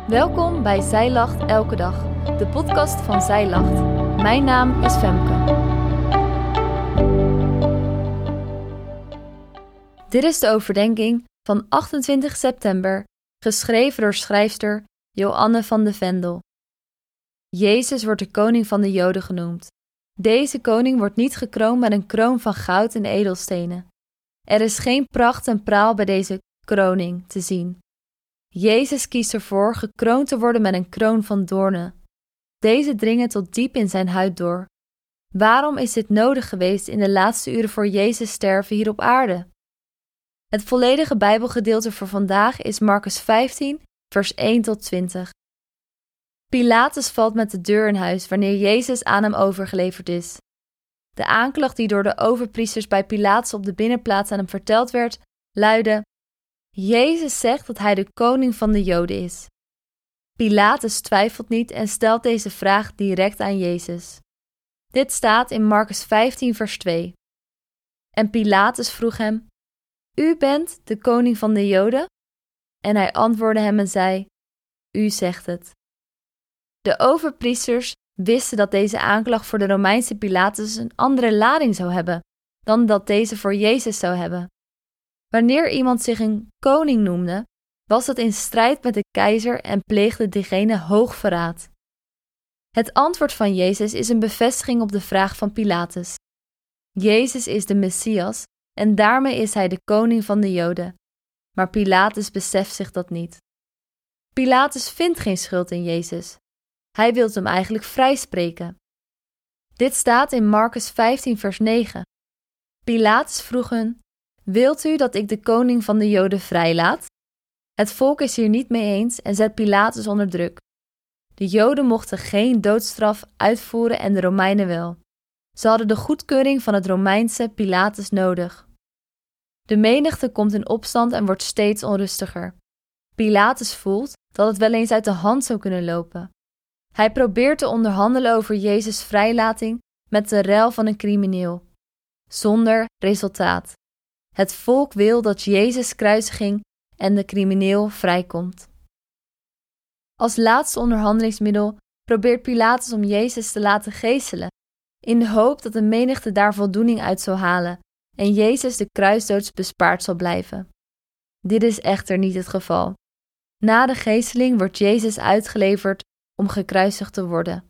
Welkom bij Zij Lacht Elke Dag, de podcast van Zij Lacht. Mijn naam is Femke. Dit is de overdenking van 28 september, geschreven door schrijfster Joanne van de Vendel. Jezus wordt de koning van de Joden genoemd. Deze koning wordt niet gekroond met een kroon van goud en edelstenen. Er is geen pracht en praal bij deze kroning te zien. Jezus kiest ervoor gekroond te worden met een kroon van doornen. Deze dringen tot diep in zijn huid door. Waarom is dit nodig geweest in de laatste uren voor Jezus sterven hier op aarde? Het volledige Bijbelgedeelte voor vandaag is Marcus 15, vers 1 tot 20. Pilatus valt met de deur in huis wanneer Jezus aan hem overgeleverd is. De aanklacht die door de overpriesters bij Pilatus op de binnenplaats aan hem verteld werd, luidde: Jezus zegt dat hij de koning van de Joden is. Pilatus twijfelt niet en stelt deze vraag direct aan Jezus. Dit staat in Marcus 15 vers 2. En Pilatus vroeg hem: U bent de koning van de Joden? En hij antwoordde hem en zei: U zegt het. De overpriesters wisten dat deze aanklacht voor de Romeinse Pilatus een andere lading zou hebben dan dat deze voor Jezus zou hebben. Wanneer iemand zich een koning noemde, was dat in strijd met de keizer en pleegde diegene hoogverraad. Het antwoord van Jezus is een bevestiging op de vraag van Pilatus. Jezus is de Messias en daarmee is hij de koning van de Joden. Maar Pilatus beseft zich dat niet. Pilatus vindt geen schuld in Jezus. Hij wil hem eigenlijk vrijspreken. Dit staat in Marcus 15 vers 9. Pilatus vroeg hun: Wilt u dat ik de koning van de Joden vrijlaat? Het volk is hier niet mee eens en zet Pilatus onder druk. De Joden mochten geen doodstraf uitvoeren en de Romeinen wel. Ze hadden de goedkeuring van het Romeinse Pilatus nodig. De menigte komt in opstand en wordt steeds onrustiger. Pilatus voelt dat het wel eens uit de hand zou kunnen lopen. Hij probeert te onderhandelen over Jezus' vrijlating met de ruil van een crimineel. Zonder resultaat. Het volk wil dat Jezus kruisiging en de crimineel vrijkomt. Als laatste onderhandelingsmiddel probeert Pilatus om Jezus te laten geeselen, in de hoop dat de menigte daar voldoening uit zal halen en Jezus de kruisdood bespaard zal blijven. Dit is echter niet het geval. Na de geeseling wordt Jezus uitgeleverd om gekruisigd te worden.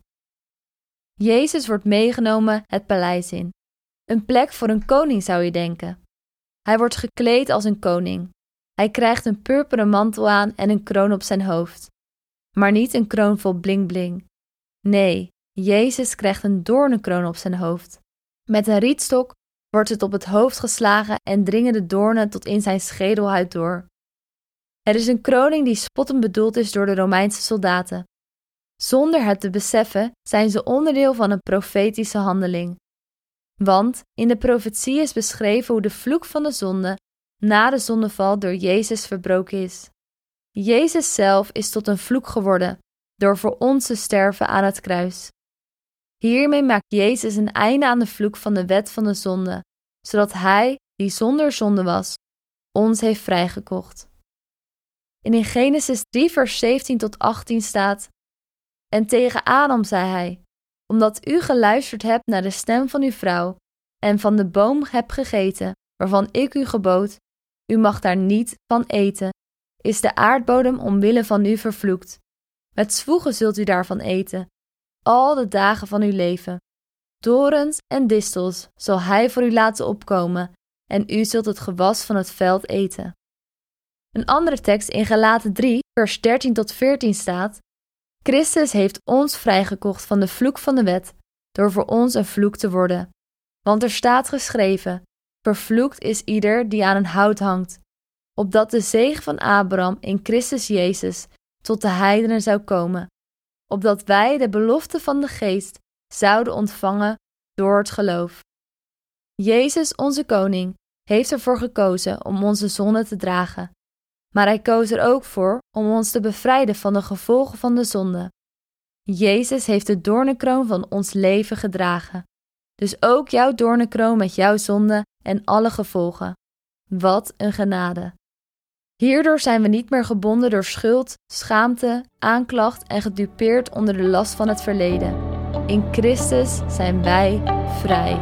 Jezus wordt meegenomen het paleis in. Een plek voor een koning zou je denken. Hij wordt gekleed als een koning. Hij krijgt een purperen mantel aan en een kroon op zijn hoofd. Maar niet een kroon vol bling-bling. Nee, Jezus krijgt een doornenkroon op zijn hoofd. Met een rietstok wordt het op het hoofd geslagen en dringen de doornen tot in zijn schedelhuid door. Het is een kroning die spottend bedoeld is door de Romeinse soldaten. Zonder het te beseffen zijn ze onderdeel van een profetische handeling. Want in de profetie is beschreven hoe de vloek van de zonde na de zondeval door Jezus verbroken is. Jezus zelf is tot een vloek geworden door voor ons te sterven aan het kruis. Hiermee maakt Jezus een einde aan de vloek van de wet van de zonde, zodat Hij, die zonder zonde was, ons heeft vrijgekocht. En in Genesis 3 vers 17 tot 18 staat: En tegen Adam zei hij: Omdat u geluisterd hebt naar de stem van uw vrouw en van de boom hebt gegeten, waarvan ik u gebood, u mag daar niet van eten, is de aardbodem omwille van u vervloekt. Met zwoegen zult u daarvan eten, al de dagen van uw leven. Dorens en distels zal hij voor u laten opkomen, en u zult het gewas van het veld eten. Een andere tekst in Galaten 3, vers 13 tot 14 staat: Christus heeft ons vrijgekocht van de vloek van de wet, door voor ons een vloek te worden. Want er staat geschreven: Vervloekt is ieder die aan een hout hangt, opdat de zegen van Abraham in Christus Jezus tot de heidenen zou komen, opdat wij de belofte van de Geest zouden ontvangen door het geloof. Jezus, onze koning, heeft ervoor gekozen om onze zonden te dragen. Maar hij koos er ook voor om ons te bevrijden van de gevolgen van de zonde. Jezus heeft de doornenkroon van ons leven gedragen. Dus ook jouw doornenkroon met jouw zonde en alle gevolgen. Wat een genade. Hierdoor zijn we niet meer gebonden door schuld, schaamte, aanklacht en gedupeerd onder de last van het verleden. In Christus zijn wij vrij.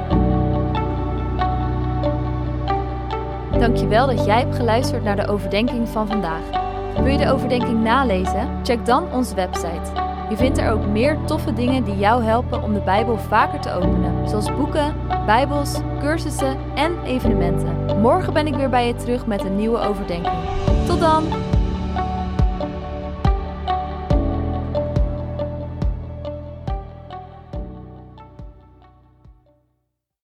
Dankjewel dat jij hebt geluisterd naar de overdenking van vandaag. Wil je de overdenking nalezen? Check dan onze website. Je vindt er ook meer toffe dingen die jou helpen om de Bijbel vaker te openen. Zoals boeken, bijbels, cursussen en evenementen. Morgen ben ik weer bij je terug met een nieuwe overdenking. Tot dan!